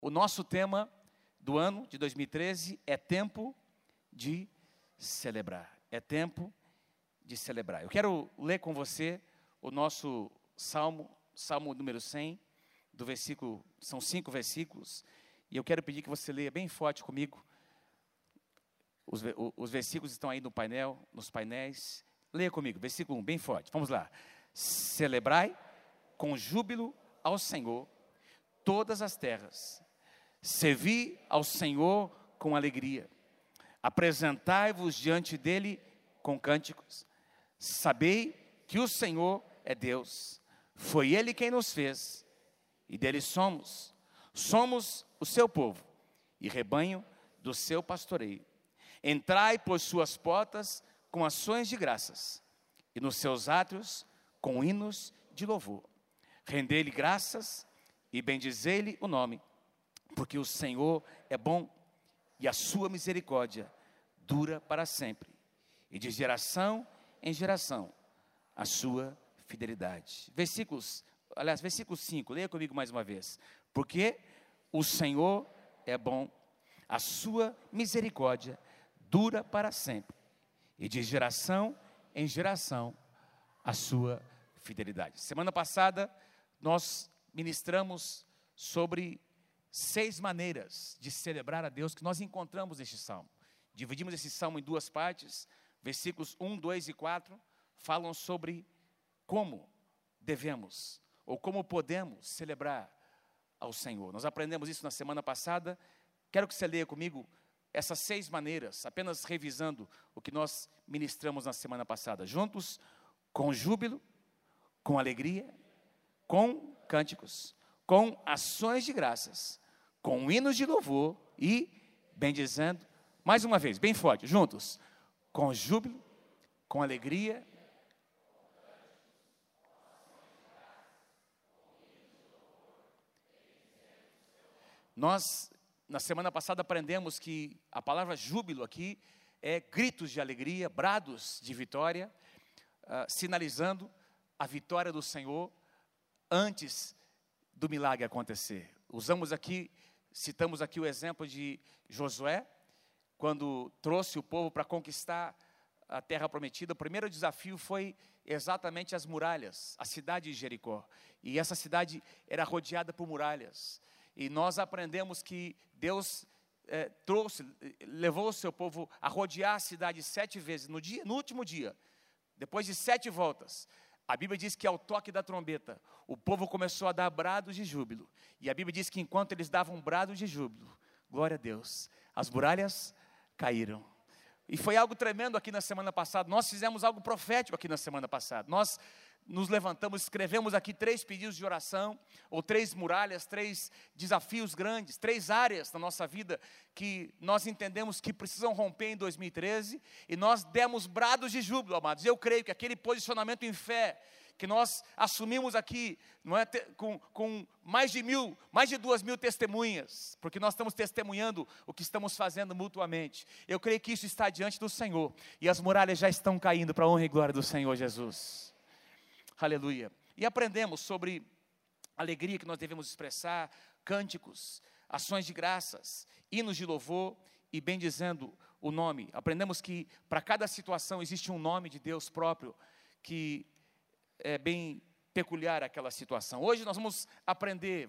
O nosso tema do ano de 2013 é tempo de celebrar. É tempo de celebrar. Eu quero ler com você o nosso Salmo número 100, do versículo, são 5 versículos, e eu quero pedir que você leia bem forte comigo. Os versículos estão aí no painel, nos painéis. Leia comigo, versículo 1, bem forte. Vamos lá. Celebrai com júbilo ao Senhor todas as terras. Servi ao Senhor com alegria. Apresentai-vos diante dele com cânticos. Sabei que o Senhor é Deus. Foi ele quem nos fez, e dele somos. Somos o seu povo e rebanho do seu pastoreio. Entrai por suas portas com ações de graças, e nos seus átrios com hinos de louvor. Rendei-lhe graças e bendizei-lhe o nome, porque o Senhor é bom e a sua misericórdia dura para sempre, e de geração em geração a sua fidelidade. Versículo 5, leia comigo mais uma vez. Porque o Senhor é bom, a sua misericórdia dura para sempre, e de geração em geração a sua fidelidade. Semana passada nós ministramos sobre 6 maneiras de celebrar a Deus que nós encontramos neste salmo. Dividimos esse salmo em 2 partes. Versículos 1, 2 e 4 falam sobre como devemos ou como podemos celebrar ao Senhor. Nós aprendemos isso na semana passada. Quero que você leia comigo essas 6 maneiras, apenas revisando o que nós ministramos na semana passada. Juntos, com júbilo, com alegria, com cânticos, com ações de graças, com hinos de louvor e bendizendo. Mais uma vez, bem forte, juntos. Com júbilo, com alegria. Nós, na semana passada, aprendemos que a palavra júbilo aqui é gritos de alegria, brados de vitória, sinalizando a vitória do Senhor antes do milagre acontecer. Citamos aqui o exemplo de Josué, quando trouxe o povo para conquistar a terra prometida. O primeiro desafio foi exatamente as muralhas, a cidade de Jericó. E essa cidade era rodeada por muralhas. E nós aprendemos que Deus levou o seu povo a rodear a cidade 7 vezes. No último dia, depois de 7 voltas, a Bíblia diz que ao toque da trombeta, o povo começou a dar brados de júbilo. E a Bíblia diz que enquanto eles davam brados de júbilo, glória a Deus, as muralhas caíram. E foi algo tremendo aqui na semana passada. Nós fizemos algo profético aqui na semana passada. Nós nos levantamos, escrevemos aqui 3 pedidos de oração, ou 3 muralhas, 3 desafios grandes, 3 áreas na nossa vida que nós entendemos que precisam romper em 2013, e nós demos brados de júbilo, amados. Eu creio que aquele posicionamento em fé que nós assumimos aqui, não é, com mais de 2.000 testemunhas, porque nós estamos testemunhando o que estamos fazendo mutuamente. Eu creio que isso está diante do Senhor, e as muralhas já estão caindo para a honra e glória do Senhor Jesus. Aleluia. E aprendemos sobre a alegria que nós devemos expressar, cânticos, ações de graças, hinos de louvor e bendizendo o nome. Aprendemos que para cada situação existe um nome de Deus próprio, que é bem peculiar àquela situação. Hoje nós vamos aprender,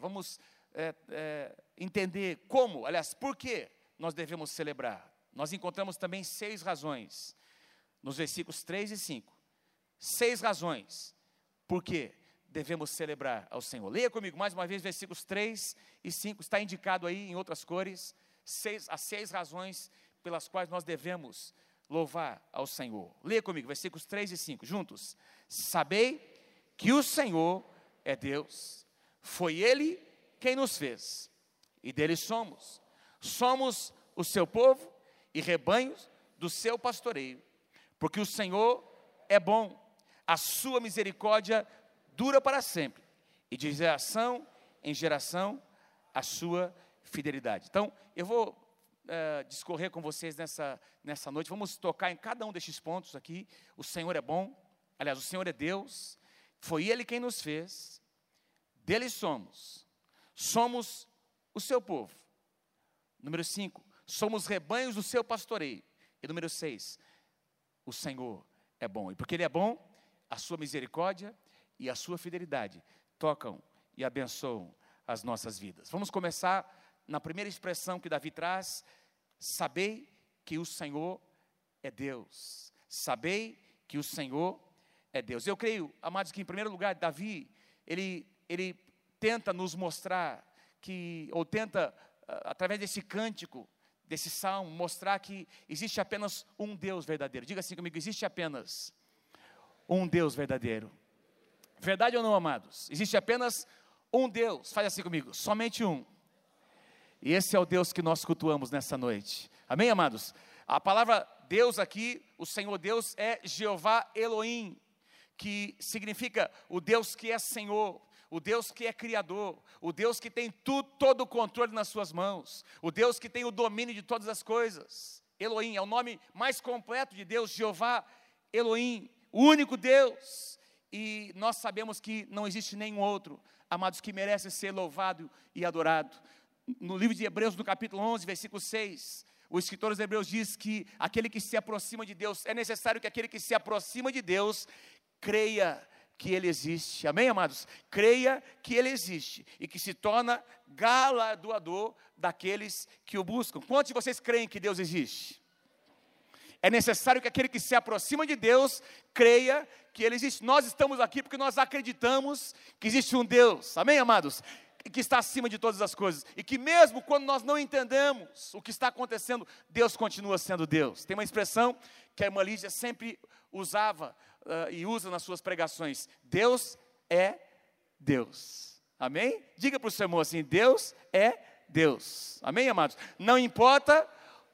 entender como, aliás, por que nós devemos celebrar. Nós encontramos também 6 razões, nos versículos 3 e 5. 6 razões por que devemos celebrar ao Senhor. Leia comigo mais uma vez, versículos 3 e 5, está indicado aí em outras cores, as 6 razões pelas quais nós devemos louvar ao Senhor. Leia comigo, versículos 3 e 5, juntos. Sabei que o Senhor é Deus, foi Ele quem nos fez, e dele somos. Somos o seu povo e rebanhos do seu pastoreio, porque o Senhor é bom, a sua misericórdia dura para sempre, e de geração em geração a sua fidelidade. Então, eu vou discorrer com vocês nessa noite. Vamos tocar em cada um destes pontos aqui. O Senhor é bom, aliás, o Senhor é Deus, foi Ele quem nos fez, dele somos o seu povo. Número 5, somos rebanhos do seu pastoreio. E número 6, o Senhor é bom. E porque Ele é bom, a sua misericórdia e a sua fidelidade tocam e abençoam as nossas vidas. Vamos começar na primeira expressão que Davi traz: sabei que o Senhor é Deus. Sabei que o Senhor é Deus. Eu creio, amados, que em primeiro lugar, Davi, ele tenta nos mostrar ou tenta, através desse cântico, desse salmo, mostrar que existe apenas um Deus verdadeiro. Diga assim comigo: existe apenas um Deus verdadeiro. Verdade ou não, amados? Existe apenas um Deus. Faz assim comigo: somente um. E esse é o Deus que nós cultuamos nessa noite. Amém, amados? A palavra Deus aqui, o Senhor Deus, é Jeová Elohim, que significa o Deus que é Senhor, o Deus que é Criador, o Deus que tem todo o controle nas suas mãos, o Deus que tem o domínio de todas as coisas. Elohim é o nome mais completo de Deus, Jeová Elohim, o único Deus. E nós sabemos que não existe nenhum outro, amados, que merece ser louvado e adorado. No livro de Hebreus, no capítulo 11, versículo 6, o escritor dos Hebreus diz que aquele que se aproxima de Deus, é necessário que aquele que se aproxima de Deus creia que Ele existe. Amém, amados? Creia que Ele existe e que se torna galardoador daqueles que o buscam. Quantos de vocês creem que Deus existe? É necessário que aquele que se aproxima de Deus creia que Ele existe. Nós estamos aqui porque nós acreditamos que existe um Deus. Amém, amados? Que está acima de todas as coisas, e que mesmo quando nós não entendemos o que está acontecendo, Deus continua sendo Deus. Tem uma expressão que a irmã Lídia sempre usava e usa nas suas pregações: Deus é Deus. Amém? Diga para o seu irmão assim: Deus é Deus. Amém, amados? Não importa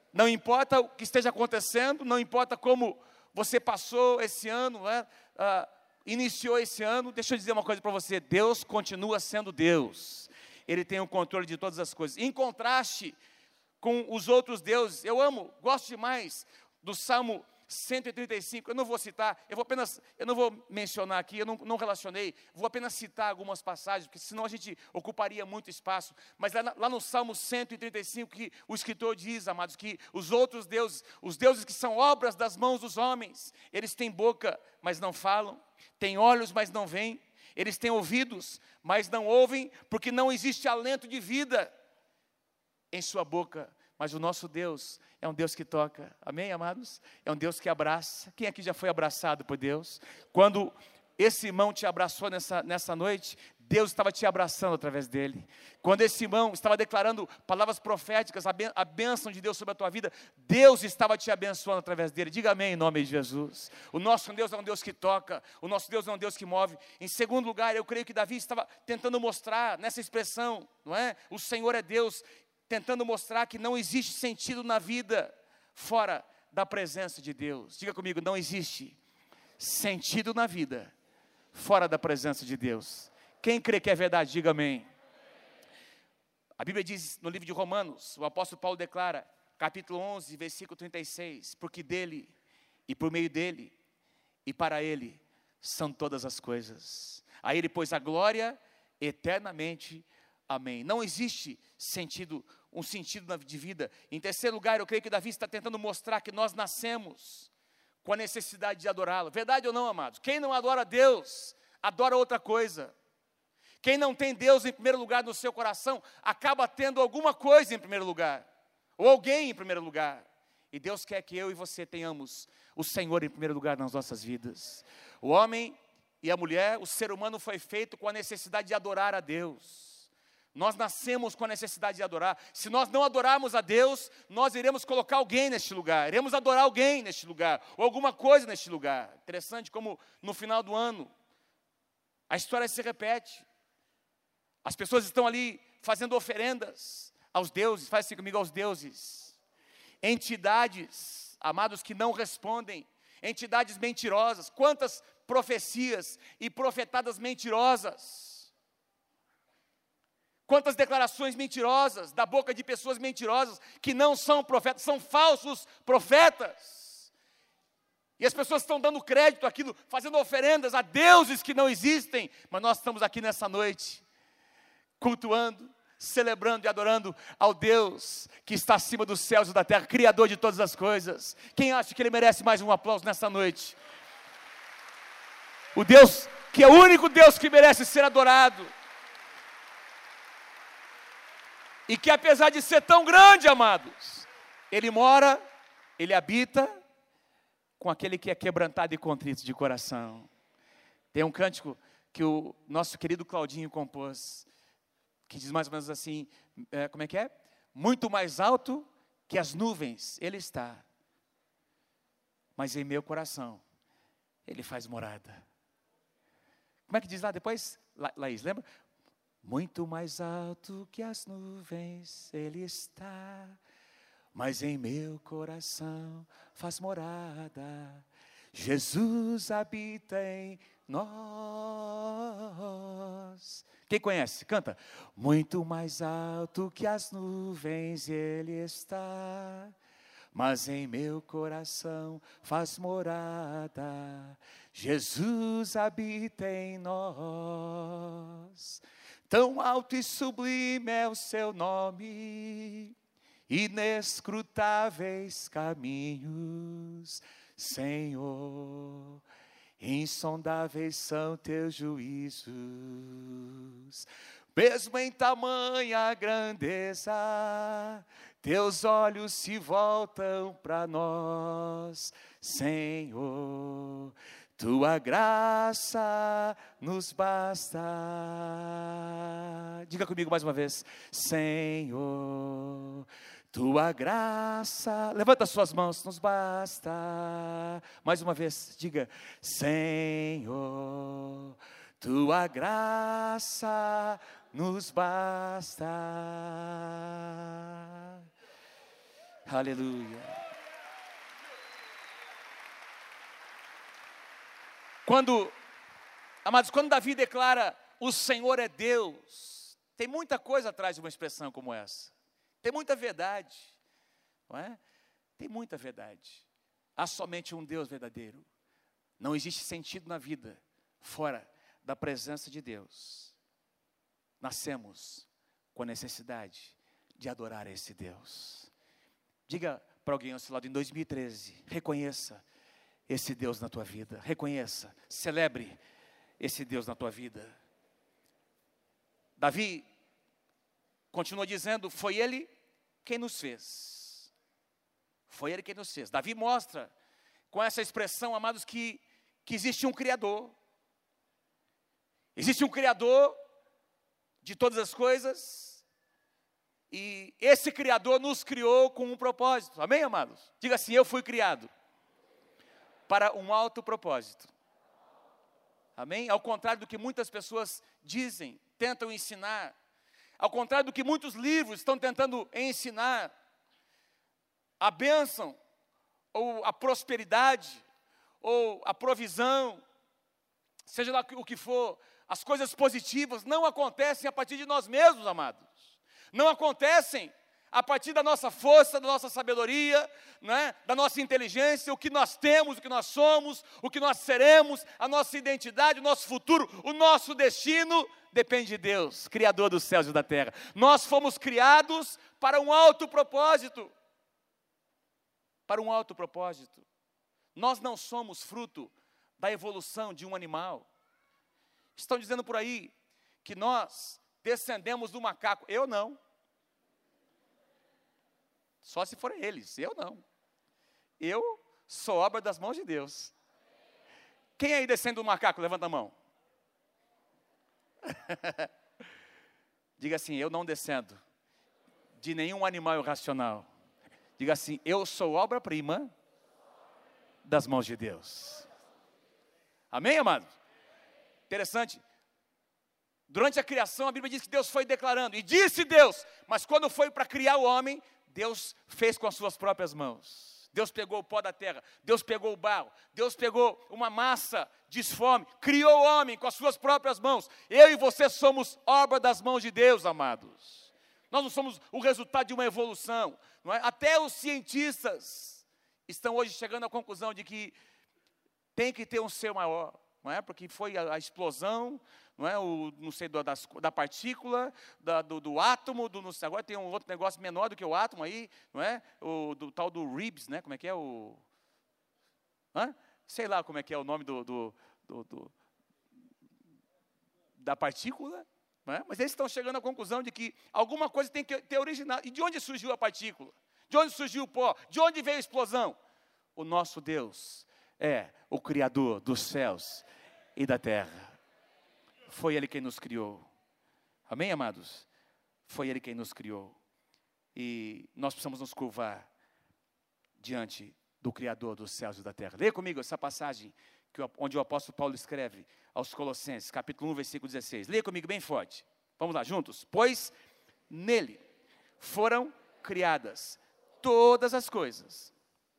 o que esteja acontecendo, não importa como você passou esse ano, iniciou esse ano, deixa eu dizer uma coisa para você: Deus continua sendo Deus. Ele tem o controle de todas as coisas. Em contraste com os outros deuses, eu gosto demais do Salmo 135, eu não vou citar, eu não vou mencionar aqui, eu não relacionei, vou apenas citar algumas passagens, porque senão a gente ocuparia muito espaço. Mas lá no Salmo 135, que o escritor diz, amados, que os outros deuses, os deuses que são obras das mãos dos homens, eles têm boca, mas não falam, têm olhos, mas não veem, eles têm ouvidos, mas não ouvem, porque não existe alento de vida em sua boca. Mas o nosso Deus é um Deus que toca. Amém, amados? É um Deus que abraça. Quem aqui já foi abraçado por Deus? Quando esse irmão te abraçou nessa noite, Deus estava te abraçando através dele. Quando esse irmão estava declarando palavras proféticas, a bênção de Deus sobre a tua vida, Deus estava te abençoando através dele. Diga amém em nome de Jesus. O nosso Deus é um Deus que toca, o nosso Deus é um Deus que move. Em segundo lugar, eu creio que Davi estava tentando mostrar nessa expressão, não é? O Senhor é Deus, tentando mostrar que não existe sentido na vida fora da presença de Deus. Diga comigo: não existe sentido na vida fora da presença de Deus. Quem crê que é verdade, diga amém. A Bíblia diz no livro de Romanos, o apóstolo Paulo declara, capítulo 11, versículo 36, porque dele, e por meio dele, e para ele, são todas as coisas. A ele, pois, a glória eternamente. Amém. Não existe um sentido de vida. Em terceiro lugar, eu creio que Davi está tentando mostrar que nós nascemos com a necessidade de adorá-lo. Verdade ou não, amados? Quem não adora Deus, adora outra coisa. Quem não tem Deus em primeiro lugar no seu coração, acaba tendo alguma coisa em primeiro lugar, ou alguém em primeiro lugar. E Deus quer que eu e você tenhamos o Senhor em primeiro lugar nas nossas vidas. O homem e a mulher, o ser humano foi feito com a necessidade de adorar a Deus. Nós nascemos com a necessidade de adorar. Se nós não adorarmos a Deus, nós iremos colocar alguém neste lugar, iremos adorar alguém neste lugar, ou alguma coisa neste lugar. Interessante como no final do ano, a história se repete. As pessoas estão ali fazendo oferendas aos deuses, faz assim comigo, aos deuses. Entidades, amados, que não respondem, entidades mentirosas. Quantas profecias e profetadas mentirosas. Quantas declarações mentirosas da boca de pessoas mentirosas que não são profetas, são falsos profetas. E as pessoas estão dando crédito àquilo, fazendo oferendas a deuses que não existem. Mas nós estamos aqui nessa noite, cultuando celebrando e adorando ao Deus que está acima dos céus e da terra, Criador de todas as coisas. Quem acha que Ele merece mais um aplauso nessa noite? O Deus que é o único Deus que merece ser adorado. E que apesar de ser tão grande, amados, Ele mora, Ele habita com aquele que é quebrantado e contrito de coração. Tem um cântico que o nosso querido Claudinho compôs, que diz mais ou menos assim, como é que é? Muito mais alto que as nuvens Ele está, mas em meu coração Ele faz morada. Como é que diz lá depois, Laís, lembra? Muito mais alto que as nuvens Ele está, mas em meu coração faz morada. Jesus habita em nós. Quem conhece? Canta. Muito mais alto que as nuvens Ele está, mas em meu coração faz morada. Jesus habita em nós. Tão alto e sublime é o seu nome, inescrutáveis caminhos, Senhor. Insondáveis são teus juízos, mesmo em tamanha grandeza, teus olhos se voltam para nós, Senhor. Tua graça nos basta. Diga comigo mais uma vez, Senhor. Tua graça, levanta suas mãos, nos basta. Mais uma vez, diga, Senhor, tua graça nos basta. Aleluia. Amados, quando Davi declara, o Senhor é Deus, tem muita coisa atrás de uma expressão como essa. Tem muita verdade, não é? Tem muita verdade. Há somente um Deus verdadeiro. Não existe sentido na vida fora da presença de Deus. Nascemos com a necessidade de adorar esse Deus. Diga para alguém ao seu lado, em 2013, reconheça esse Deus na tua vida. Reconheça, celebre esse Deus na tua vida. Davi continua dizendo, foi Ele quem nos fez. Foi Ele quem nos fez. Davi mostra, com essa expressão, amados, que existe um Criador. Existe um Criador de todas as coisas. E esse Criador nos criou com um propósito. Amém, amados? Diga assim, eu fui criado para um alto propósito. Amém? Ao contrário do que muitas pessoas dizem, tentam ensinar, ao contrário do que muitos livros estão tentando ensinar, a bênção, ou a prosperidade, ou a provisão, seja lá o que for, as coisas positivas não acontecem a partir de nós mesmos, amados. Não acontecem a partir da nossa força, da nossa sabedoria, né, da nossa inteligência, o que nós temos, o que nós somos, o que nós seremos, a nossa identidade, o nosso futuro, o nosso destino, depende de Deus, Criador dos céus e da terra. Nós fomos criados para um alto propósito. Para um alto propósito. Nós não somos fruto da evolução de um animal. Estão dizendo por aí que nós descendemos do macaco. Eu não. Só se forem eles, eu não. Eu sou obra das mãos de Deus. Quem aí descende do macaco? Levanta a mão. Diga assim, eu não descendo de nenhum animal irracional. Diga assim, eu sou obra-prima das mãos de Deus. Amém, amados? Interessante. Durante a criação, a Bíblia diz que Deus foi declarando. E disse Deus, mas quando foi para criar o homem, Deus fez com as suas próprias mãos. Deus pegou o pó da terra, Deus pegou o barro, Deus pegou uma massa disforme, criou o homem com as suas próprias mãos. Eu e você somos obra das mãos de Deus, amados. Nós não somos o resultado de uma evolução, não é? Até os cientistas estão hoje chegando à conclusão de que tem que ter um ser maior. não é? Porque foi a explosão, não é? Não sei, da partícula, do átomo, agora tem um outro negócio menor do que o átomo aí, não é? Do tal do Ribs, né? Como é que é sei lá como é que é o nome da partícula, não é? Mas eles estão chegando à conclusão de que alguma coisa tem que ter originado. E de onde surgiu a partícula? De onde surgiu o pó? De onde veio a explosão? O nosso Deus é o Criador dos céus e da terra. Foi Ele quem nos criou. Amém, amados? Foi Ele quem nos criou. E nós precisamos nos curvar diante do Criador dos céus e da terra. Leia comigo essa passagem onde o apóstolo Paulo escreve aos Colossenses, capítulo 1, versículo 16. Leia comigo bem forte. Vamos lá, juntos. Pois nele foram criadas todas as coisas.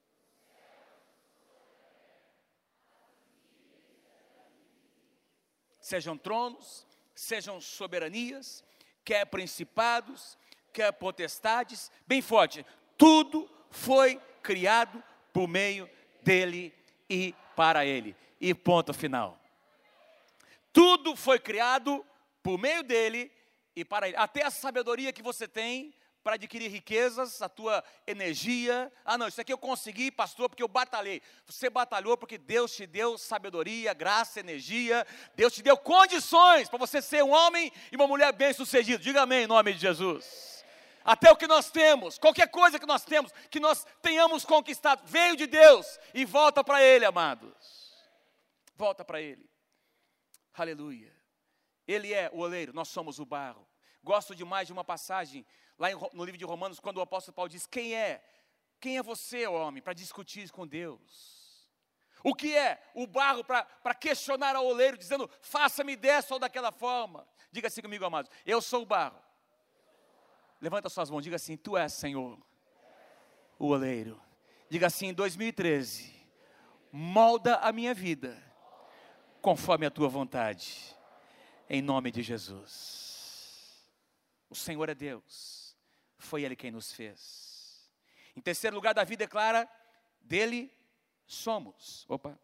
Sejam tronos, sejam soberanias, quer principados, quer potestades, bem forte, tudo foi criado por meio dele e para ele. E ponto final. Tudo foi criado por meio dele e para ele. Até a sabedoria que você tem para adquirir riquezas, a tua energia. Não, isso aqui eu consegui, pastor, porque eu batalhei. Você batalhou porque Deus te deu sabedoria, graça, energia. Deus te deu condições para você ser um homem e uma mulher bem-sucedido. Diga amém em nome de Jesus. Até o que nós temos, qualquer coisa que nós temos, que nós tenhamos conquistado, veio de Deus e volta para Ele, amados. Volta para Ele. Aleluia. Ele é o oleiro, nós somos o barro. Gosto demais de uma passagem lá no livro de Romanos, quando o apóstolo Paulo diz: quem é você, homem, para discutir com Deus? O que é o barro para questionar ao oleiro, dizendo, faça-me dessa ou daquela forma? Diga assim comigo, amados, eu sou o barro. Levanta suas mãos, diga assim, tu és, Senhor, o oleiro. Diga assim, em 2013, molda a minha vida, conforme a tua vontade, em nome de Jesus. O Senhor é Deus, foi Ele quem nos fez. Em terceiro lugar, Davi declara, dele somos.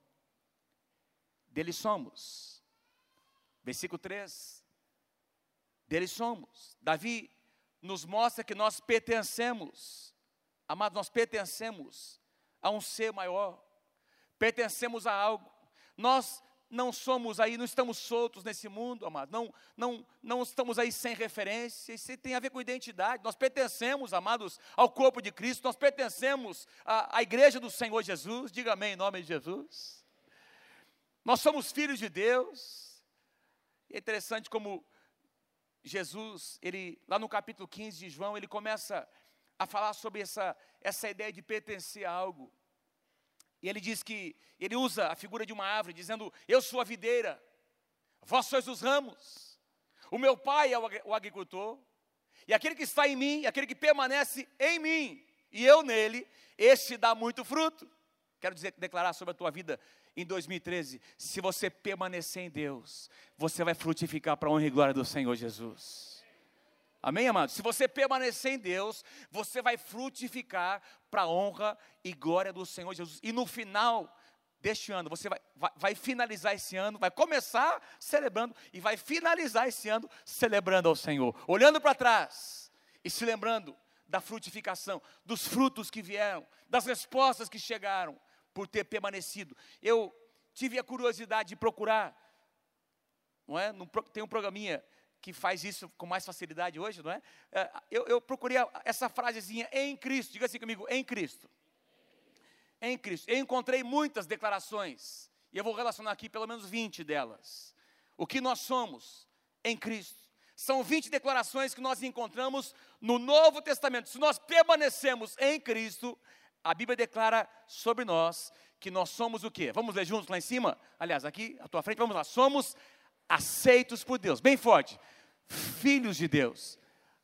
Dele somos. Versículo 3, dele somos. Davi nos mostra que nós pertencemos, amados, nós pertencemos a um ser maior, pertencemos a algo. Nós não somos aí, não estamos soltos nesse mundo, amados, não estamos aí sem referência. Isso tem a ver com identidade. Nós pertencemos, amados, ao corpo de Cristo, nós pertencemos à igreja do Senhor Jesus. Diga amém em nome de Jesus. Nós somos filhos de Deus. É interessante como Jesus, ele, lá no capítulo 15 de João, ele começa a falar sobre essa ideia de pertencer a algo. E ele diz que, ele usa a figura de uma árvore, dizendo, eu sou a videira, vós sois os ramos, o meu pai é o agricultor, e aquele que está em mim, aquele que permanece em mim, e eu nele, este dá muito fruto. Quero declarar sobre a tua vida em 2013, se você permanecer em Deus, você vai frutificar para a honra e glória do Senhor Jesus. Amém, amados? Se você permanecer em Deus, você vai frutificar para a honra e glória do Senhor Jesus. E no final deste ano, você vai finalizar esse ano, vai começar celebrando e vai finalizar esse ano celebrando ao Senhor. Olhando para trás e se lembrando da frutificação, dos frutos que vieram, das respostas que chegaram por ter permanecido. Eu tive a curiosidade de procurar, não é? Tem um programinha que faz isso com mais facilidade hoje, não é? Eu procurei essa frasezinha, em Cristo, diga assim comigo, em Cristo. Em Cristo. Eu encontrei muitas declarações, e eu vou relacionar aqui pelo menos 20 delas. O que nós somos em Cristo. São 20 declarações que nós encontramos no Novo Testamento. Se nós permanecemos em Cristo, a Bíblia declara sobre nós que nós somos o quê? Vamos ler juntos lá em cima? Aliás, aqui à tua frente, vamos lá. Somos aceitos por Deus. Bem forte. Filhos de Deus.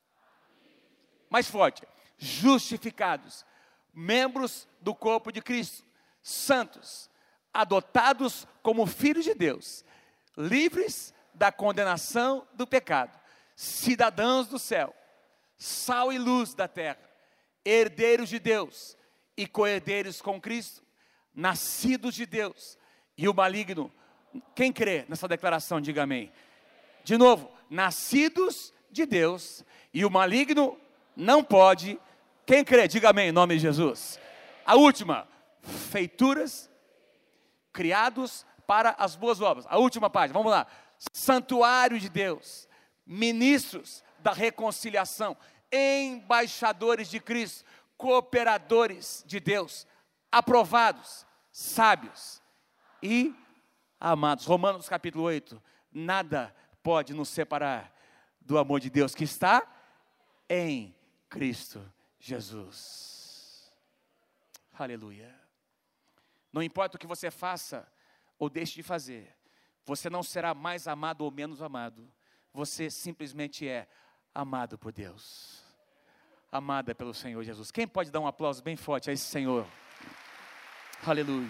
Mais forte. Justificados. Membros do corpo de Cristo. Santos. Adotados como filhos de Deus. Livres da condenação do pecado. Cidadãos do céu. Sal e luz da terra. Herdeiros de Deus. E co-herdeiros com Cristo, nascidos de Deus, e o maligno Quem crê nessa declaração, diga amém. De novo, nascidos de Deus, e o maligno não pode. Quem crê, diga amém, em nome de Jesus. A última, feituras, criados para as boas obras. A última página, vamos lá. Santuário de Deus, ministros da reconciliação, embaixadores de Cristo, cooperadores de Deus, aprovados, sábios e amados. Romanos capítulo 8, nada pode nos separar do amor de Deus que está em Cristo Jesus. Aleluia. Não importa o que você faça ou deixe de fazer, você não será mais amado ou menos amado, você simplesmente é amado por Deus, amada pelo Senhor Jesus. Quem pode dar um aplauso bem forte a esse Senhor? Aleluia.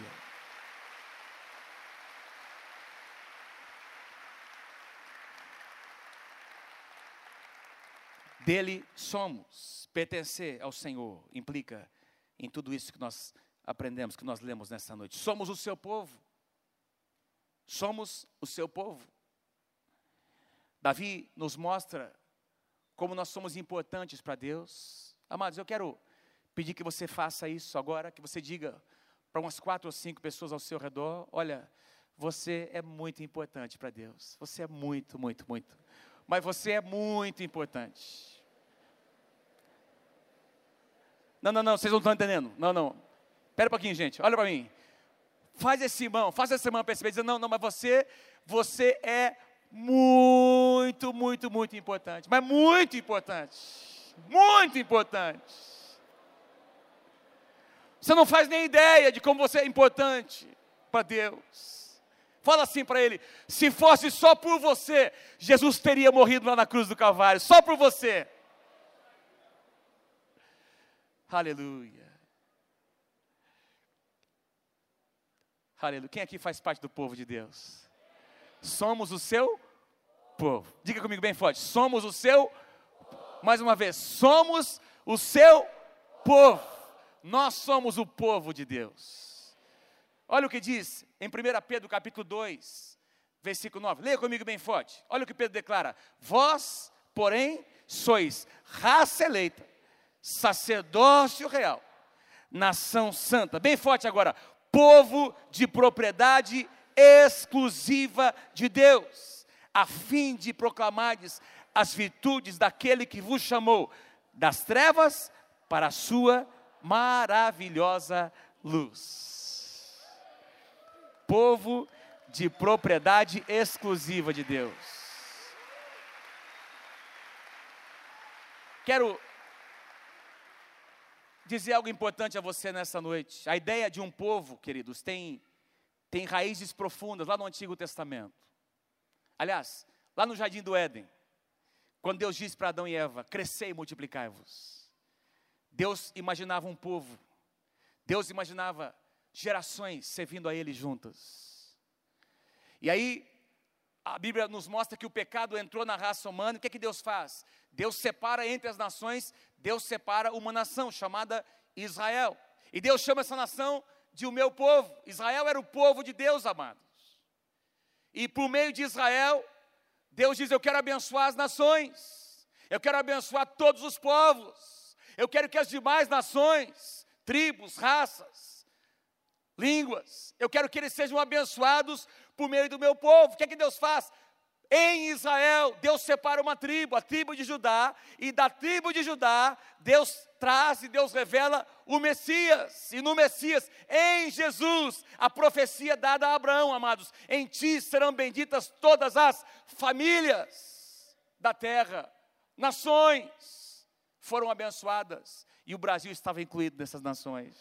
Dele somos, pertencer ao Senhor, implica em tudo isso que nós aprendemos, que nós lemos nessa noite. Somos o seu povo, somos o seu povo. Davi nos mostra como nós somos importantes para Deus. Amados, eu quero pedir que você faça isso agora, que você diga para umas 4 ou 5 pessoas ao seu redor: olha, você é muito importante para Deus, você é muito, muito, muito, mas você é muito importante. Não, vocês não estão entendendo, não, espera um pouquinho, gente, olha para mim, faça esse irmão perceber, dizer, não, mas você é muito, muito, muito importante, mas muito importante, muito importante. Você não faz nem ideia de como você é importante para Deus. Fala assim para ele: se fosse só por você, Jesus teria morrido lá na cruz do Calvário, só por você. Aleluia. Aleluia. Quem aqui faz parte do povo de Deus? Somos o seu povo. Diga comigo bem forte: somos o seu. Mais uma vez, somos o seu povo. Nós somos o povo de Deus. Olha o que diz em 1 Pedro capítulo 2, versículo 9. Leia comigo bem forte. Olha o que Pedro declara: vós, porém, sois raça eleita, sacerdócio real, nação santa. Bem forte agora: povo de propriedade exclusiva de Deus, a fim de proclamardes as virtudes daquele que vos chamou das trevas para a sua maravilhosa luz. Povo de propriedade exclusiva de Deus. Quero dizer algo importante a você nessa noite. A ideia de um povo, queridos, tem raízes profundas lá no Antigo Testamento. Aliás, lá no Jardim do Éden, quando Deus disse para Adão e Eva: crescei e multiplicai-vos. Deus imaginava um povo, Deus imaginava gerações servindo a Ele juntas. E aí, a Bíblia nos mostra que o pecado entrou na raça humana. E o que é que Deus faz? Deus separa entre as nações, Deus separa uma nação chamada Israel. E Deus chama essa nação de o meu povo. Israel era o povo de Deus, amados. E por meio de Israel, Deus diz: eu quero abençoar as nações, eu quero abençoar todos os povos. Eu quero que as demais nações, tribos, raças, línguas, eu quero que eles sejam abençoados por meio do meu povo. O que é que Deus faz? Em Israel, Deus separa uma tribo, a tribo de Judá, e da tribo de Judá, Deus traz e Deus revela o Messias. E no Messias, em Jesus, a profecia dada a Abraão, amados: em ti serão benditas todas as famílias da terra, nações foram abençoadas, e o Brasil estava incluído nessas nações.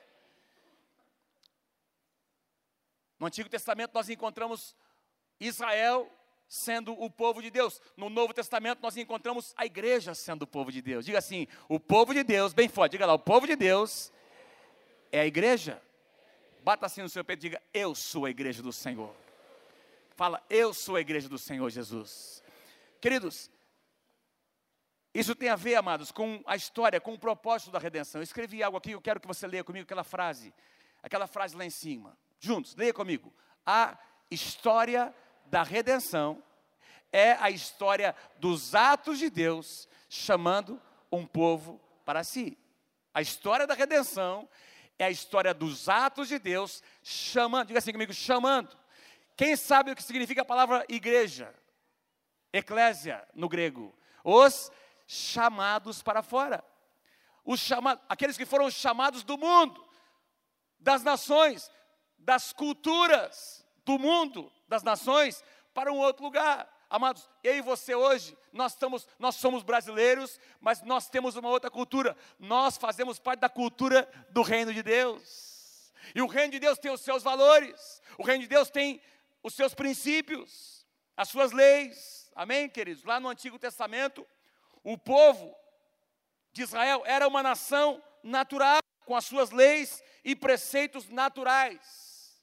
No Antigo Testamento nós encontramos Israel sendo o povo de Deus. No Novo Testamento nós encontramos a igreja sendo o povo de Deus. Diga assim: o povo de Deus, bem forte, diga lá: o povo de Deus é a igreja. Bata assim no seu peito e diga: eu sou a igreja do Senhor. Fala: eu sou a igreja do Senhor Jesus. Queridos, isso tem a ver, amados, com a história, com o propósito da redenção. Eu escrevi algo aqui, eu quero que você leia comigo aquela frase lá em cima. Juntos, leia comigo: a história da redenção é a história dos atos de Deus chamando um povo para si. A história da redenção é a história dos atos de Deus chamando, diga assim comigo, chamando. Quem sabe o que significa a palavra igreja? Eclésia no grego. Os chamados para fora. Aqueles que foram chamados do mundo, das nações, das culturas do mundo, das nações, para um outro lugar. Amados, eu e você hoje, nós somos brasileiros, mas nós temos uma outra cultura. Nós fazemos parte da cultura do reino de Deus. E o reino de Deus tem os seus valores. O reino de Deus tem os seus princípios, as suas leis. Amém, queridos? Lá no Antigo Testamento, o povo de Israel era uma nação natural, com as suas leis e preceitos naturais.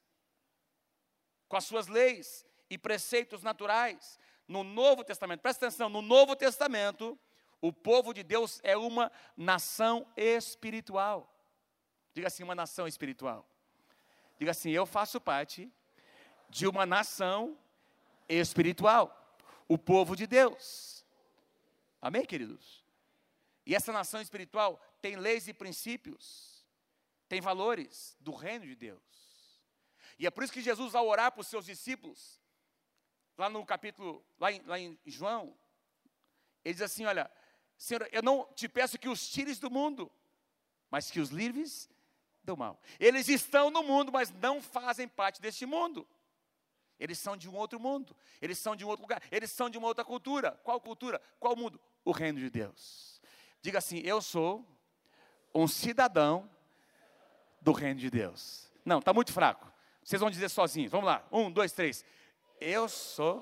Com as suas leis e preceitos naturais. No Novo Testamento, presta atenção, no Novo Testamento, o povo de Deus é uma nação espiritual. Diga assim, uma nação espiritual. Diga assim, eu faço parte de uma nação espiritual. O povo de Deus. Amém, queridos? E essa nação espiritual tem leis e princípios, tem valores do reino de Deus. E é por isso que Jesus, ao orar para os seus discípulos, lá no capítulo, lá em João, ele diz assim, olha, Senhor, eu não te peço que os tires do mundo, mas que os livres do mal. Eles estão no mundo, mas não fazem parte deste mundo. Eles são de um outro mundo, eles são de um outro lugar, eles são de uma outra cultura. Qual cultura? Qual mundo? O reino de Deus. Diga assim, eu sou um cidadão do reino de Deus. Não, está muito fraco. Vocês vão dizer sozinhos. Vamos lá, 1, 2, 3. Eu sou.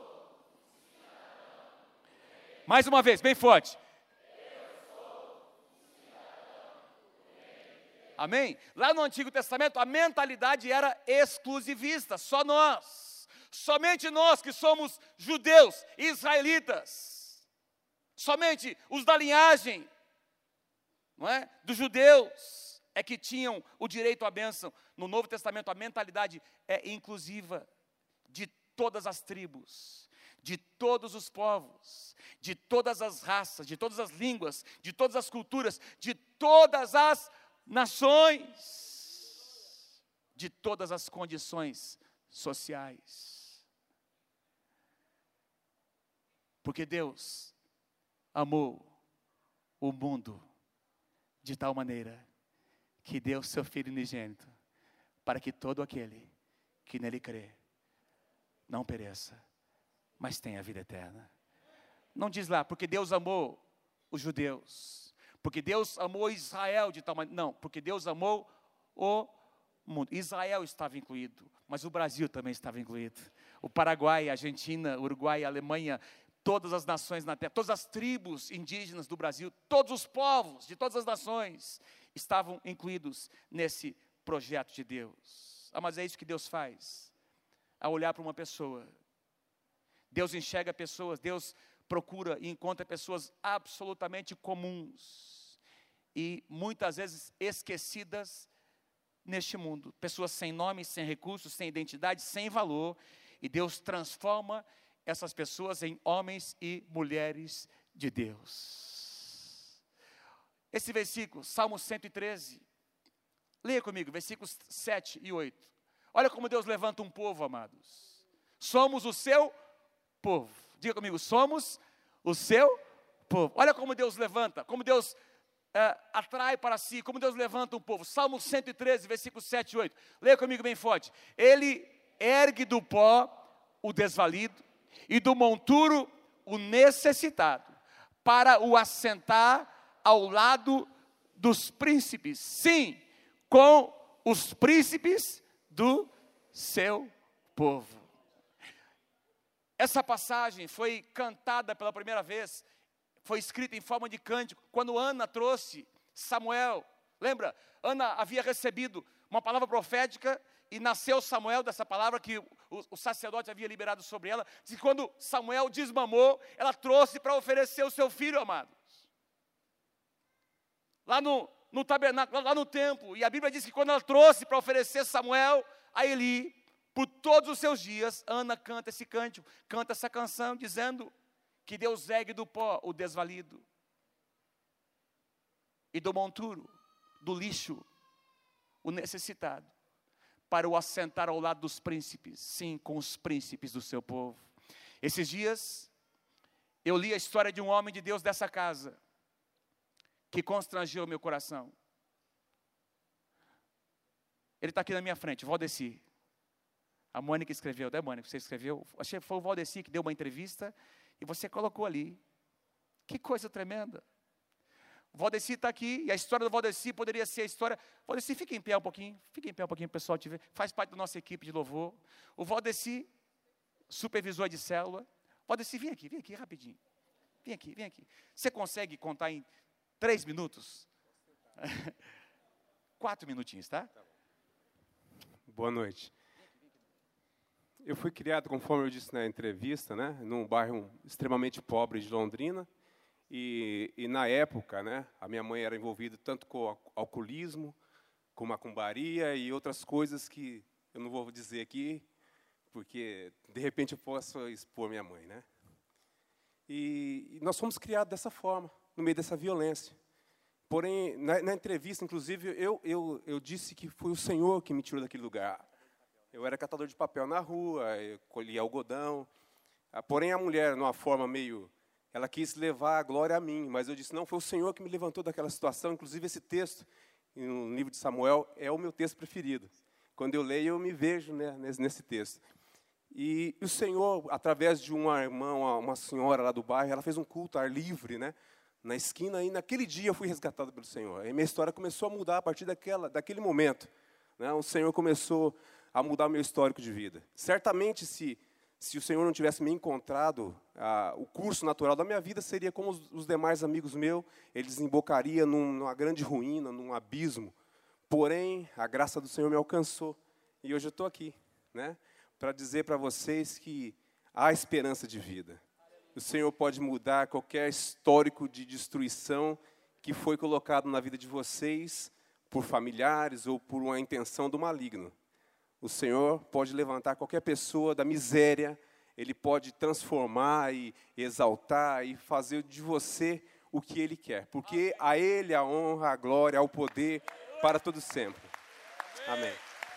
Mais uma vez, bem forte. Amém? Lá no Antigo Testamento, a mentalidade era exclusivista, só nós. Somente nós que somos judeus, israelitas. Somente os da linhagem, não é? Dos judeus é que tinham o direito à bênção. No Novo Testamento, a mentalidade é inclusiva de todas as tribos, de todos os povos, de todas as raças, de todas as línguas, de todas as culturas, de todas as nações, de todas as condições sociais. Porque Deus amou o mundo de tal maneira que deu seu Filho unigênito, para que todo aquele que nele crê não pereça, mas tenha vida eterna. Não diz lá, porque Deus amou os judeus, porque Deus amou Israel de tal maneira. Não, porque Deus amou o mundo. Israel estava incluído, mas o Brasil também estava incluído. O Paraguai, a Argentina, o Uruguai, a Alemanha, todas as nações na terra, todas as tribos indígenas do Brasil, todos os povos de todas as nações estavam incluídos nesse projeto de Deus. Ah, mas é isso que Deus faz. Ao olhar para uma pessoa, Deus enxerga pessoas, Deus procura e encontra pessoas absolutamente comuns e muitas vezes esquecidas neste mundo, pessoas sem nome, sem recursos, sem identidade, sem valor, e Deus transforma essas pessoas em homens e mulheres de Deus. Esse versículo, Salmo 113, leia comigo, versículos 7 e 8. Olha como Deus levanta um povo, amados. Somos o seu povo. Diga comigo, somos o seu povo. Olha como Deus levanta, como Deus atrai para si, como Deus levanta um povo. Salmo 113, versículos 7 e 8. Leia comigo bem forte. Ele ergue do pó o desvalido e do monturo o necessitado, para o assentar ao lado dos príncipes. Sim, com os príncipes do seu povo. Essa passagem foi cantada pela primeira vez, foi escrita em forma de cântico, quando Ana trouxe Samuel. Lembra? Ana havia recebido uma palavra profética e nasceu Samuel dessa palavra que o sacerdote havia liberado sobre ela. Diz que quando Samuel desmamou, ela trouxe para oferecer o seu filho, amados. Lá no tabernáculo, lá no templo. E a Bíblia diz que quando ela trouxe para oferecer Samuel a Eli, Por todos os seus dias, Ana canta esse cântico, canta essa canção, dizendo que Deus ergue do pó o desvalido, e do monturo, do lixo, o necessitado, para o assentar ao lado dos príncipes, sim, com os príncipes do seu povo. Esses dias, eu li a história de um homem de Deus dessa casa, que constrangeu meu coração. Ele está aqui na minha frente, Valdeci. A Mônica escreveu, né, Mônica? Você escreveu? Achei que foi o Valdeci que deu uma entrevista e você colocou ali. Que coisa tremenda. O Valdeci está aqui e a história do Valdeci poderia ser a história. Valdeci, fica em pé um pouquinho, pessoal te ver. Faz parte da nossa equipe de louvor. O Valdeci, supervisor de célula. Valdeci, vem aqui rapidinho. Vem aqui. Você consegue contar em 3 minutos? 4 minutinhos, tá? Boa noite. Eu fui criado, conforme eu disse na entrevista, né, num bairro extremamente pobre de Londrina, e na época, né, a minha mãe era envolvida tanto com alcoolismo, com macumbaria e outras coisas que eu não vou dizer aqui, porque de repente eu posso expor minha mãe, né? E nós fomos criados dessa forma, no meio dessa violência. Porém, na entrevista, inclusive, eu disse que foi o Senhor que me tirou daquele lugar. Eu era catador de papel na rua, eu colhia algodão. Porém, a mulher, numa forma meio... Ela quis levar a glória a mim, mas eu disse, não, foi o Senhor que me levantou daquela situação. Inclusive, esse texto, no livro de Samuel, é o meu texto preferido. Quando eu leio, eu me vejo, né, nesse texto. E o Senhor, através de uma irmã, uma senhora lá do bairro, ela fez um culto ao ar livre, né, na esquina, e naquele dia eu fui resgatado pelo Senhor. E minha história começou a mudar a partir daquele momento. Né, o Senhor começou a mudar o meu histórico de vida. Certamente, se o Senhor não tivesse me encontrado, o curso natural da minha vida seria como os demais amigos meus, ele desembocaria numa grande ruína, num abismo. Porém, a graça do Senhor me alcançou. E hoje eu estou aqui, né, para dizer para vocês que há esperança de vida. O Senhor pode mudar qualquer histórico de destruição que foi colocado na vida de vocês por familiares ou por uma intenção do maligno. O Senhor pode levantar qualquer pessoa da miséria, Ele pode transformar e exaltar e fazer de você o que Ele quer. Porque a Ele a honra, a glória, o poder para todo sempre. Amém.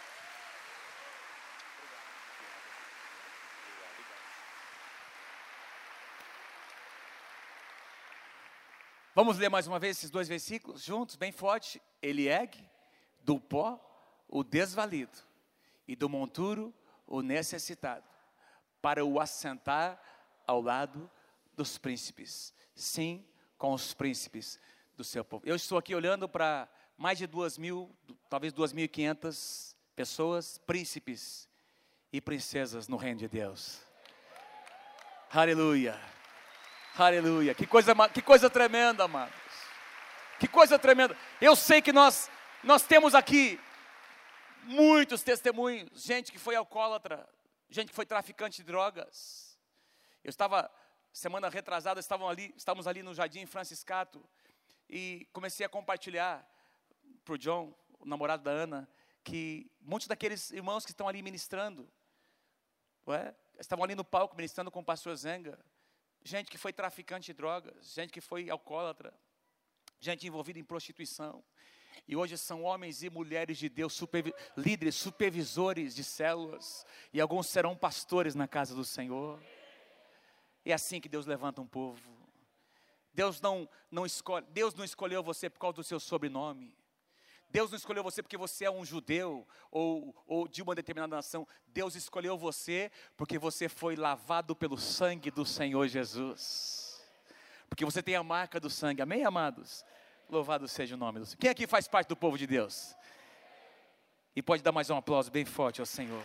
Vamos ler mais uma vez esses 2 versículos juntos, bem forte. Ele ergue do pó o desvalido e do monturo o necessitado, para o assentar ao lado dos príncipes. Sim, com os príncipes do seu povo. Eu estou aqui olhando para mais de 2.000, talvez 2.500 pessoas, príncipes e princesas no reino de Deus. Aleluia. Aleluia. Que coisa tremenda, amados. Que coisa tremenda. Eu sei que nós temos aqui muitos testemunhos, gente que foi alcoólatra, gente que foi traficante de drogas. Eu estava, semana retrasada, estávamos ali no Jardim Franciscato, e comecei a compartilhar para o John, o namorado da Ana, que muitos daqueles irmãos que estão ali ministrando, estavam ali no palco ministrando com o pastor Zenga, gente que foi traficante de drogas, gente que foi alcoólatra, gente envolvida em prostituição. E hoje são homens e mulheres de Deus, líderes, supervisores de células. E alguns serão pastores na casa do Senhor. É assim que Deus levanta um povo. Deus não escolheu você por causa do seu sobrenome. Deus não escolheu você porque você é um judeu ou de uma determinada nação. Deus escolheu você porque você foi lavado pelo sangue do Senhor Jesus. Porque você tem a marca do sangue. Amém, amados? Louvado seja o nome do Senhor. Quem aqui faz parte do povo de Deus? E pode dar mais um aplauso bem forte ao Senhor.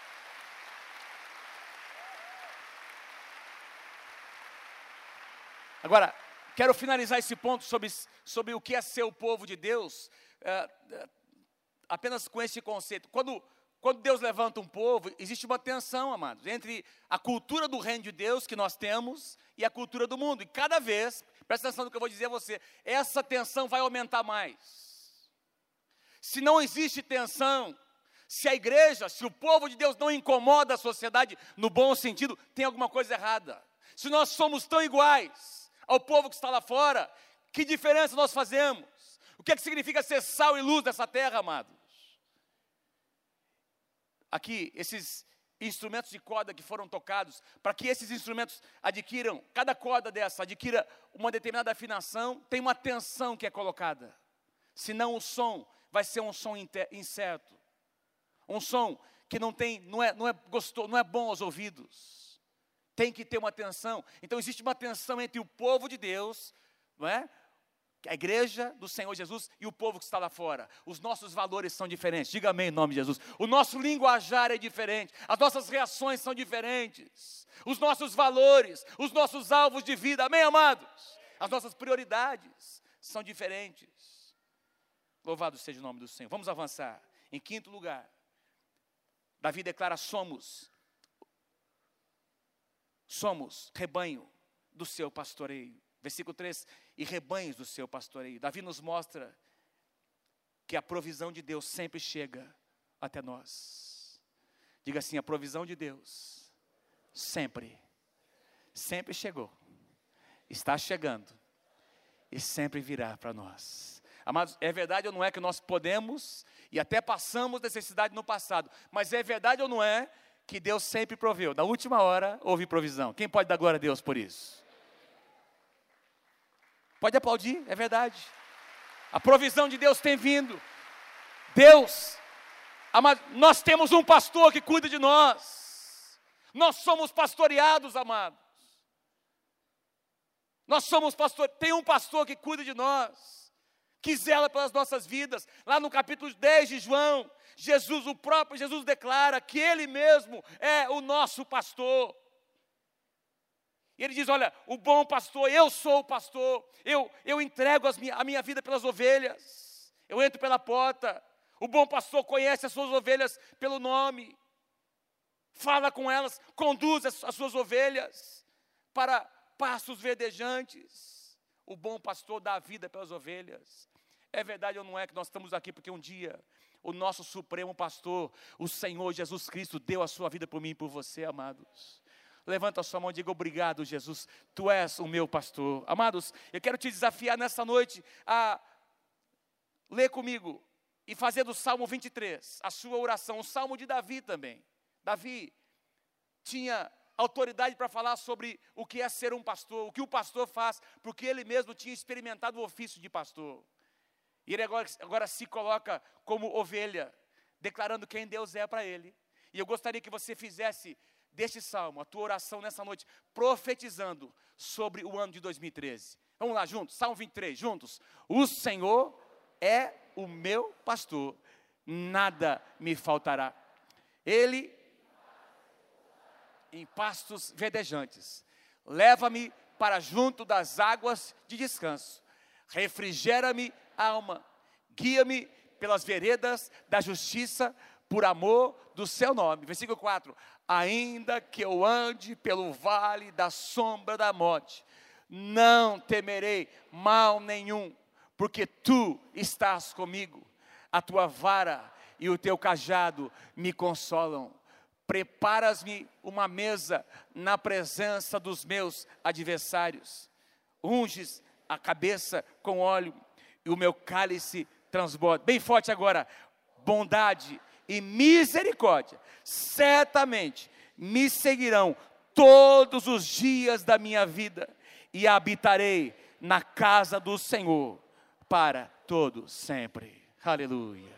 Agora, quero finalizar esse ponto sobre o que é ser o povo de Deus, apenas com esse conceito. Quando Deus levanta um povo, existe uma tensão, amados, entre a cultura do reino de Deus que nós temos e a cultura do mundo. E cada vez, presta atenção no que eu vou dizer a você, essa tensão vai aumentar mais. Se não existe tensão, Se a igreja, se o povo de Deus não incomoda a sociedade no bom sentido, tem alguma coisa errada. Se nós somos tão iguais ao povo que está lá fora, que diferença nós fazemos? O que é que significa ser sal e luz dessa terra, amados? Aqui, esses instrumentos de corda que foram tocados, para que esses instrumentos adquiram, cada corda dessa adquira uma determinada afinação, tem uma tensão que é colocada. Senão o som vai ser um som incerto. Um som que não é gostoso, não é bom aos ouvidos. Tem que ter uma tensão. Então existe uma tensão entre o povo de Deus, não é? A igreja do Senhor Jesus e o povo que está lá fora. Os nossos valores são diferentes. Diga amém em nome de Jesus. O nosso linguajar é diferente. As nossas reações são diferentes. Os nossos valores, os nossos alvos de vida. Amém, amados? As nossas prioridades são diferentes. Louvado seja o nome do Senhor. Vamos avançar. Em quinto lugar, Davi declara: somos rebanho do seu pastoreio. Versículo 3, e rebanhos do seu pastoreio. Davi nos mostra que a provisão de Deus sempre chega até nós. Diga assim: a provisão de Deus sempre chegou, está chegando e sempre virá para nós. Amados, é verdade ou não é que nós podemos e até passamos necessidade no passado, mas é verdade ou não é que Deus sempre proveu? Na última hora houve provisão. Quem pode dar glória a Deus por isso? Pode aplaudir, é verdade. A provisão de Deus tem vindo. Deus, amado, nós temos um pastor que cuida de nós. Nós somos pastoreados, amados. Nós somos tem um pastor que cuida de nós, que zela pelas nossas vidas. Lá no capítulo 10 de João, o próprio Jesus declara que Ele mesmo é o nosso pastor. E Ele diz: olha, o bom pastor, eu sou o pastor, eu entrego a minha vida pelas ovelhas, eu entro pela porta. O bom pastor conhece as suas ovelhas pelo nome, fala com elas, conduz as suas ovelhas para pastos verdejantes. O bom pastor dá a vida pelas ovelhas. É verdade ou não é que nós estamos aqui porque um dia o nosso supremo pastor, o Senhor Jesus Cristo, deu a sua vida por mim e por você, amados? Levanta a sua mão e diga: obrigado, Jesus, Tu és o meu pastor. Amados, eu quero te desafiar nessa noite a ler comigo e fazer do Salmo 23 a sua oração, o Salmo de Davi também. Davi tinha autoridade para falar sobre o que é ser um pastor, o que o pastor faz, porque ele mesmo tinha experimentado o ofício de pastor. E ele agora se coloca como ovelha, declarando quem Deus é para ele. E eu gostaria que você fizesse deste salmo a tua oração nessa noite, profetizando sobre o ano de 2013. Vamos lá juntos, Salmo 23, juntos. O Senhor é o meu pastor, nada me faltará. Ele, em pastos verdejantes, leva-me para junto das águas de descanso. Refrigera-me a alma, guia-me pelas veredas da justiça, por amor do seu nome. Versículo 4, ainda que eu ande pelo vale da sombra da morte, não temerei mal nenhum, porque Tu estás comigo, a Tua vara e o Teu cajado me consolam. Preparas-me uma mesa na presença dos meus adversários, unges a cabeça com óleo e o meu cálice transborda. Bem forte agora: bondade e misericórdia certamente me seguirão todos os dias da minha vida, e habitarei na casa do Senhor para todo sempre. Aleluia.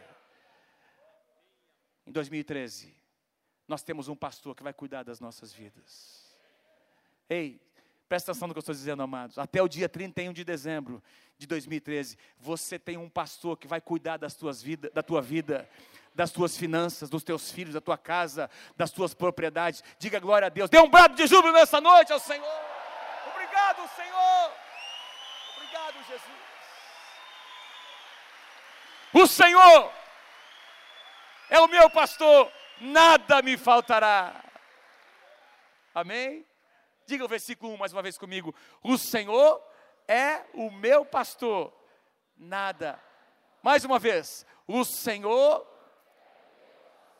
Em 2013, nós temos um pastor que vai cuidar das nossas vidas. Ei, presta atenção no que eu estou dizendo, amados. Até o dia 31 de dezembro de 2013, você tem um pastor que vai cuidar da tua vida, das tuas finanças, dos teus filhos, da tua casa, das tuas propriedades. Diga glória a Deus. Dê um brado de júbilo nessa noite ao Senhor. Obrigado, Senhor. Obrigado, Jesus. O Senhor é o meu pastor, nada me faltará. Amém? Diga o versículo 1 mais uma vez comigo. O Senhor é o meu pastor, nada. Mais uma vez. O Senhor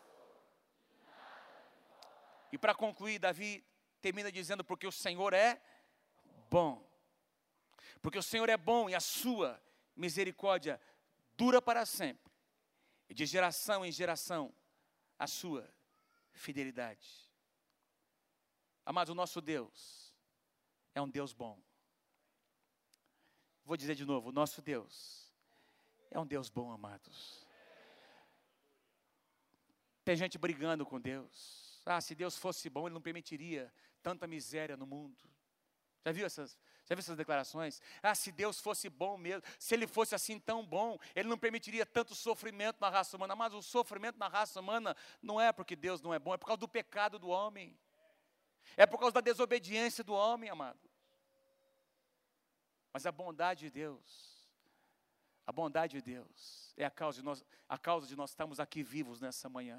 E para concluir, Davi termina dizendo, porque o Senhor é bom. Porque o Senhor é bom e a sua misericórdia dura para sempre. E de geração em geração, a sua fidelidade. Amados, o nosso Deus é um Deus bom. Vou dizer de novo, o nosso Deus é um Deus bom, amados. Tem gente brigando com Deus. Ah, se Deus fosse bom, Ele não permitiria tanta miséria no mundo. Já viu essas declarações? Ah, se Deus fosse bom mesmo, se Ele fosse assim tão bom, Ele não permitiria tanto sofrimento na raça humana. Mas o sofrimento na raça humana não é porque Deus não é bom, é por causa do pecado do homem. É por causa da desobediência do homem, amado. Mas a bondade de Deus é a causa de nós estarmos aqui vivos nessa manhã.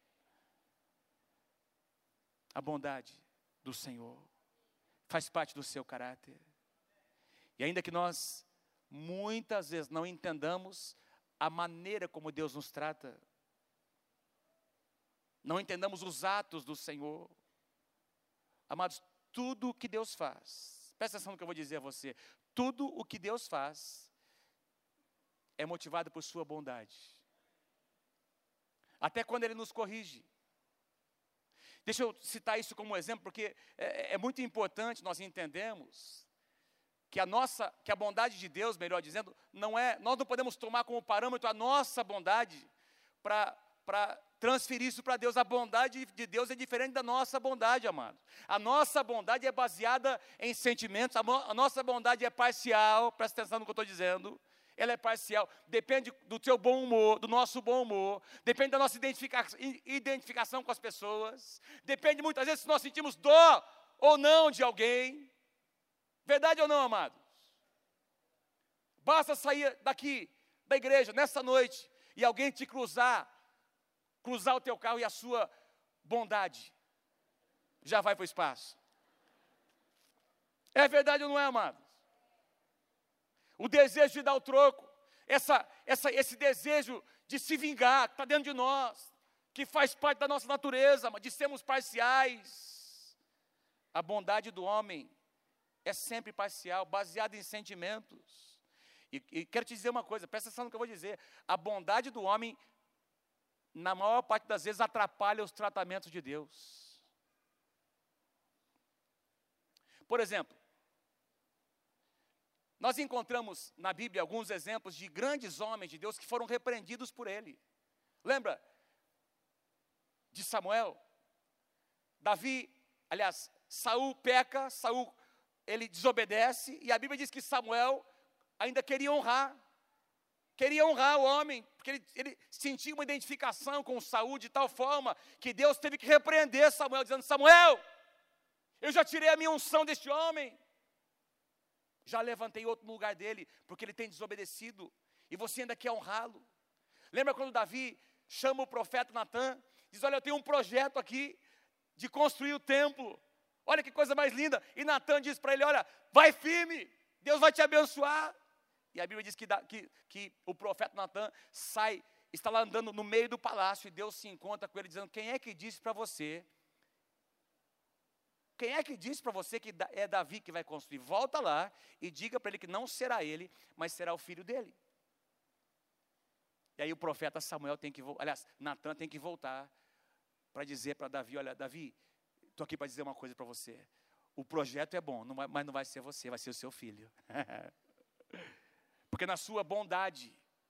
A bondade do Senhor faz parte do seu caráter. E ainda que nós muitas vezes não entendamos a maneira como Deus nos trata, não entendamos os atos do Senhor, amados, tudo o que Deus faz, presta atenção no que eu vou dizer a você, tudo o que Deus faz é motivado por sua bondade. Até quando Ele nos corrige. Deixa eu citar isso como exemplo, porque é muito importante nós entendermos que a bondade de Deus, melhor dizendo, nós não podemos tomar como parâmetro a nossa bondade para transferir isso para Deus. A bondade de Deus é diferente da nossa bondade, amado. A nossa bondade é baseada em sentimentos, a nossa bondade é parcial, presta atenção no que eu estou dizendo. Ela é parcial, depende do teu bom humor, do nosso bom humor, depende da nossa identificação com as pessoas, depende muitas vezes se nós sentimos dó ou não de alguém. Verdade ou não, amados? Basta sair daqui, da igreja, nessa noite, e alguém te cruzar o teu carro e a sua bondade já vai para o espaço. É verdade ou não é, amados? O desejo de dar o troco, esse desejo de se vingar, que está dentro de nós, que faz parte da nossa natureza, de sermos parciais. A bondade do homem é sempre parcial, baseada em sentimentos. E quero te dizer uma coisa, presta atenção no que eu vou dizer. A bondade do homem, na maior parte das vezes, atrapalha os tratamentos de Deus. Por exemplo, nós encontramos na Bíblia alguns exemplos de grandes homens de Deus que foram repreendidos por Ele. Lembra de Samuel? Saul peca, ele desobedece, e a Bíblia diz que Samuel ainda queria honrar o homem, porque ele sentia uma identificação com Saul de tal forma que Deus teve que repreender Samuel, dizendo: Samuel, eu já tirei a minha unção deste homem, já levantei outro no lugar dele, porque ele tem desobedecido, e você ainda quer honrá-lo. Lembra quando Davi chama o profeta Natã, diz: olha, eu tenho um projeto aqui, de construir o templo, olha que coisa mais linda, e Natã diz para ele: olha, vai firme, Deus vai te abençoar. E a Bíblia diz que o profeta Natã está lá andando no meio do palácio, e Deus se encontra com ele, dizendo: quem é que disse para você? Quem é que disse para você que é Davi que vai construir? Volta lá e diga para ele que não será ele, mas será o filho dele. E aí o profeta Samuel Natã tem que voltar para dizer para Davi: olha, Davi, estou aqui para dizer uma coisa para você. O projeto é bom, mas não vai ser você, vai ser o seu filho. Porque na sua bondade,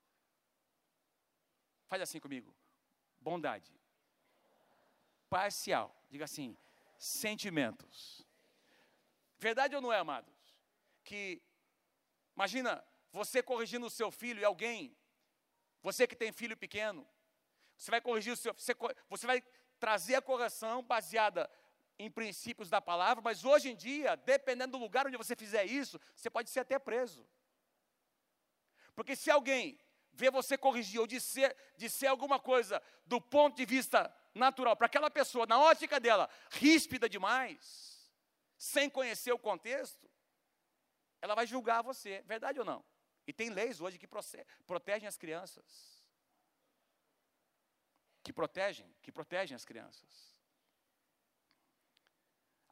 faz assim comigo, bondade parcial, diga assim, sentimentos. Verdade ou não é, amados? Que, imagina, você corrigindo o seu filho e alguém, você que tem filho pequeno, você vai corrigir você vai trazer a correção baseada em princípios da palavra, mas hoje em dia, dependendo do lugar onde você fizer isso, você pode ser até preso. Porque se alguém vê você corrigir ou disser alguma coisa do ponto de vista natural, para aquela pessoa, na ótica dela, ríspida demais, sem conhecer o contexto, ela vai julgar você, verdade ou não? E tem leis hoje que protegem as crianças. Que protegem as crianças.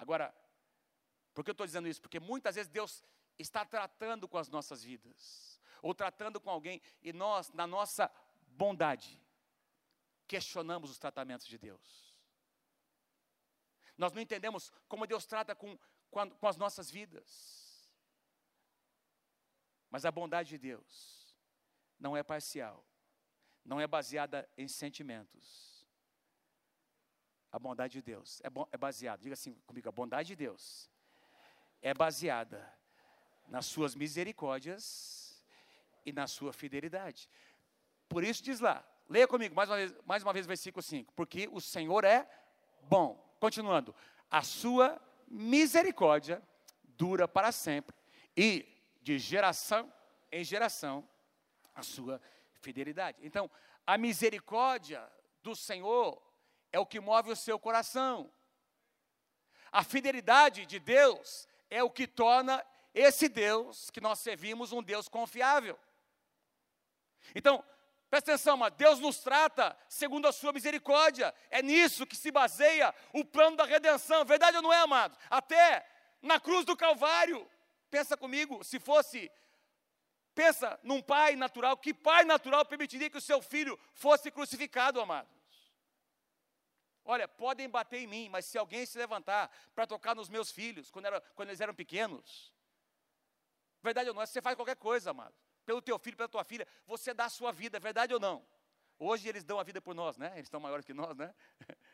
Agora, por que eu estou dizendo isso? Porque muitas vezes Deus está tratando com as nossas vidas, ou tratando com alguém, e nós, na nossa bondade, questionamos os tratamentos de Deus. Nós não entendemos como Deus trata com as nossas vidas. Mas a bondade de Deus não é parcial, não é baseada em sentimentos. A bondade de Deus é baseada, diga assim comigo, a bondade de Deus é baseada nas suas misericórdias e na sua fidelidade. Por isso diz lá, leia comigo mais uma vez o versículo 5. Porque o Senhor é bom. Continuando, a sua misericórdia dura para sempre e de geração em geração a sua fidelidade. Então, a misericórdia do Senhor é o que move o seu coração. A fidelidade de Deus é o que torna esse Deus que nós servimos um Deus confiável. Então, presta atenção, mas Deus nos trata segundo a sua misericórdia. É nisso que se baseia o plano da redenção. Verdade ou não é, amado? Até na cruz do Calvário. Pensa comigo, pensa num pai natural. Que pai natural permitiria que o seu filho fosse crucificado, amados? Olha, podem bater em mim, mas se alguém se levantar para tocar nos meus filhos, quando eles eram pequenos, verdade ou não é, você faz qualquer coisa, amado. Pelo teu filho, pela tua filha, você dá a sua vida, verdade ou não? Hoje eles dão a vida por nós, né? Eles estão maiores que nós, né?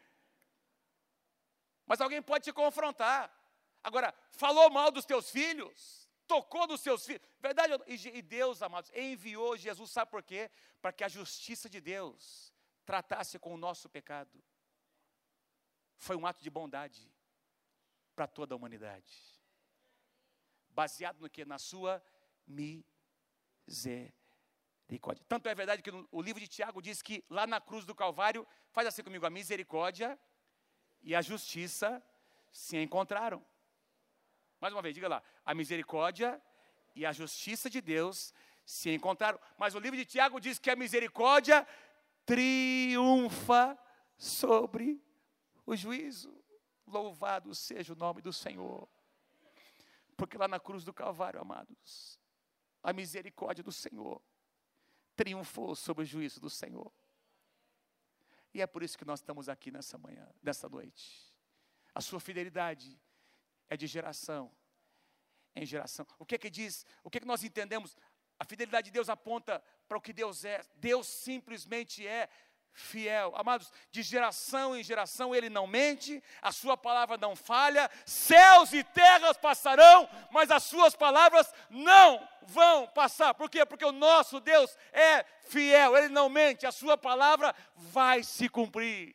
Mas alguém pode te confrontar. Agora, falou mal dos teus filhos, tocou nos seus filhos, verdade ou não? E Deus, amados, enviou Jesus, sabe por quê? Para que a justiça de Deus tratasse com o nosso pecado. Foi um ato de bondade para toda a humanidade. Baseado no que? Na sua misericórdia. Tanto é verdade que o livro de Tiago diz que lá na cruz do Calvário, faz assim comigo, a misericórdia e a justiça se encontraram. Mais uma vez, diga lá, a misericórdia e a justiça de Deus se encontraram. Mas o livro de Tiago diz que a misericórdia triunfa sobre o juízo. Louvado seja o nome do Senhor. Porque lá na cruz do Calvário, amados, a misericórdia do Senhor triunfou sobre o juízo do Senhor. E é por isso que nós estamos aqui nessa manhã, nessa noite. A sua fidelidade é de geração em geração. O que diz? O que nós entendemos? A fidelidade de Deus aponta para o que Deus é. Deus simplesmente é fiel. Amados, de geração em geração Ele não mente, a sua palavra não falha, céus e terras passarão, mas as suas palavras não vão passar. Por quê? Porque o nosso Deus é fiel, Ele não mente, a sua palavra vai se cumprir.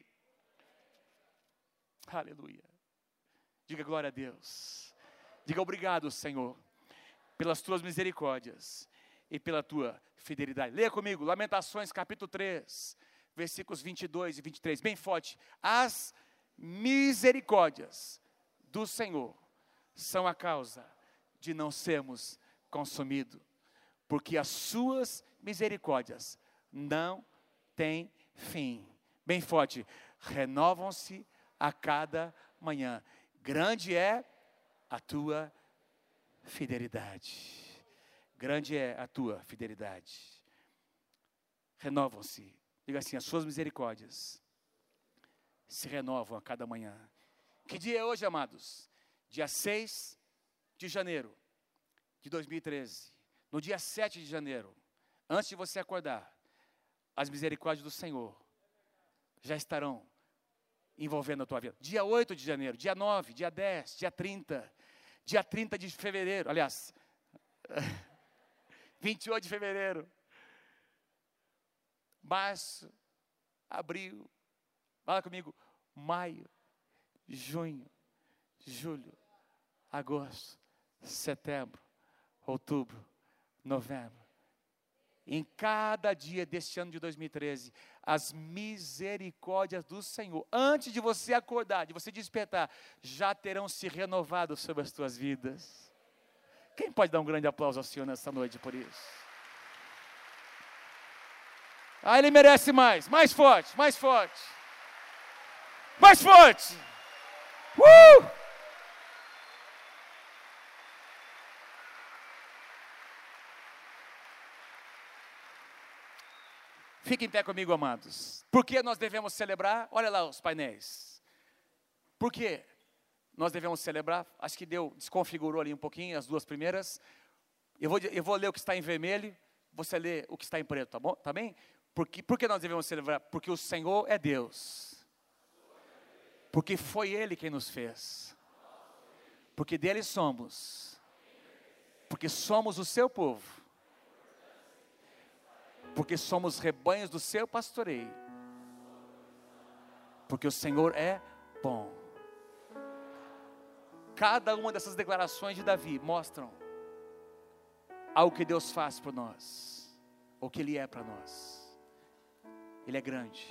Aleluia. Diga glória a Deus. Diga obrigado, Senhor, pelas tuas misericórdias e pela tua fidelidade. Leia comigo, Lamentações capítulo 3, versículos 22 e 23, bem forte. As misericórdias do Senhor são a causa de não sermos consumidos, porque as suas misericórdias não têm fim. Bem forte, renovam-se a cada manhã. Grande é a tua fidelidade. Grande é a tua fidelidade. Renovam-se. Diga assim, as suas misericórdias se renovam a cada manhã. Que dia é hoje, amados? Dia 6 de janeiro de 2013. No dia 7 de janeiro, antes de você acordar, as misericórdias do Senhor já estarão envolvendo a tua vida. Dia 8 de janeiro, dia 9, dia 10, dia 30, dia 30 de fevereiro, aliás, 28 de fevereiro, março, abril, fala comigo, maio, junho, julho, agosto, setembro, outubro, novembro. Em cada dia deste ano de 2013, as misericórdias do Senhor, antes de você acordar, de você despertar, já terão se renovado sobre as tuas vidas. Quem pode dar um grande aplauso ao Senhor nessa noite por isso? Ah, Ele merece mais forte, mais forte. Mais forte! Fiquem em pé comigo, amados. Por que nós devemos celebrar? Olha lá os painéis. Por que nós devemos celebrar? Acho que desconfigurou ali um pouquinho as duas primeiras. Eu vou ler o que está em vermelho, você lê o que está em preto, tá bom? Tá bem? Por que nós devemos celebrar? Porque o Senhor é Deus. Porque foi Ele quem nos fez. Porque dele somos. Porque somos o seu povo. Porque somos rebanhos do seu pastoreio. Porque o Senhor é bom. Cada uma dessas declarações de Davi mostram algo que Deus faz por nós, ou que Ele é para nós. Ele é grande.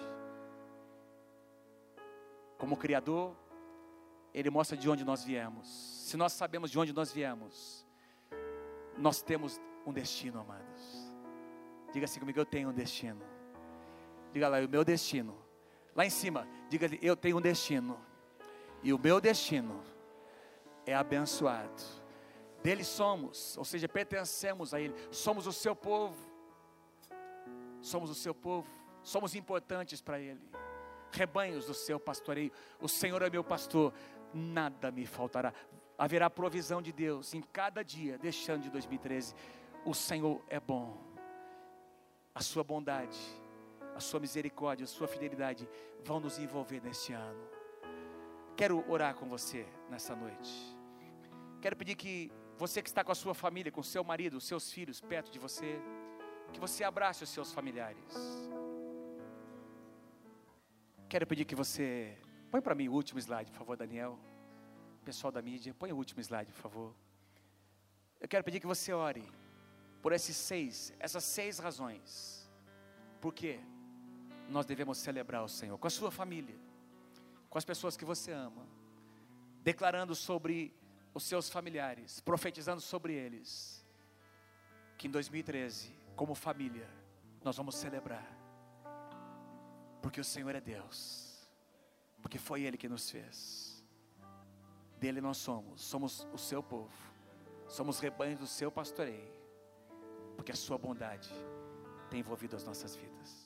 Como Criador, Ele mostra de onde nós viemos. Se nós sabemos de onde nós viemos, nós temos um destino, amados. Diga assim comigo, eu tenho um destino. Diga lá, o meu destino. Lá em cima, diga, eu tenho um destino. E o meu destino é abençoado. Dele somos, ou seja, pertencemos a Ele. Somos o seu povo. Somos o seu povo. Somos importantes para Ele. Rebanhos do seu pastoreio. O Senhor é meu pastor, nada me faltará. Haverá provisão de Deus em cada dia deste ano de 2013. O Senhor é bom. A sua bondade, a sua misericórdia, a sua fidelidade vão nos envolver neste ano. Quero orar com você nessa noite. Quero pedir que você que está com a sua família, com o seu marido, os seus filhos perto de você, que você abrace os seus familiares. Quero pedir que você, põe para mim o último slide, por favor, Daniel. Pessoal da mídia, põe o último slide, por favor. Eu quero pedir que você ore por essas seis razões. Por que nós devemos celebrar o Senhor? Com a sua família, com as pessoas que você ama, declarando sobre os seus familiares, profetizando sobre eles, que em 2013, como família, nós vamos celebrar, porque o Senhor é Deus, porque foi Ele que nos fez, dele nós somos o seu povo, somos rebanhos do seu pastoreio, porque a sua bondade tem envolvido as nossas vidas.